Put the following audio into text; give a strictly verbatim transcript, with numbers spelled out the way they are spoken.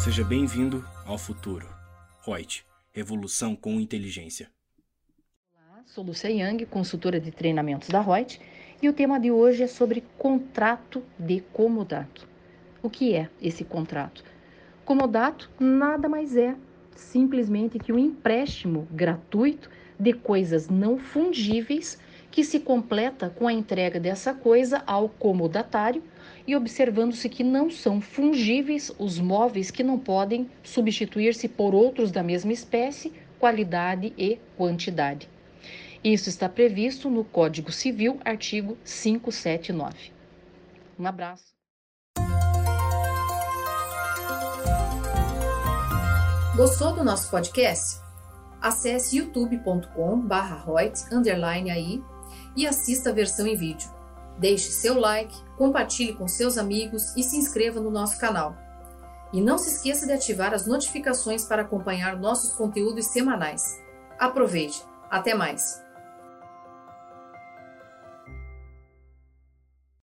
Seja bem-vindo ao futuro. Reut, revolução com inteligência. Olá, sou Lúcia Yang, consultora de treinamentos da Reut, e o tema de hoje é sobre contrato de comodato. O que é esse contrato? Comodato nada mais é simplesmente que um empréstimo gratuito de coisas não fungíveis que se completa com a entrega dessa coisa ao comodatário e observando-se que não são fungíveis os móveis que não podem substituir-se por outros da mesma espécie, qualidade e quantidade. Isso está previsto no Código Civil, artigo quinhentos e setenta e nove. Um abraço. Gostou do nosso podcast? Acesse youtube ponto com barra reut underline aí e assista a versão em vídeo. Deixe seu like, compartilhe com seus amigos e se inscreva no nosso canal. E não se esqueça de ativar as notificações para acompanhar nossos conteúdos semanais. Aproveite! Até mais!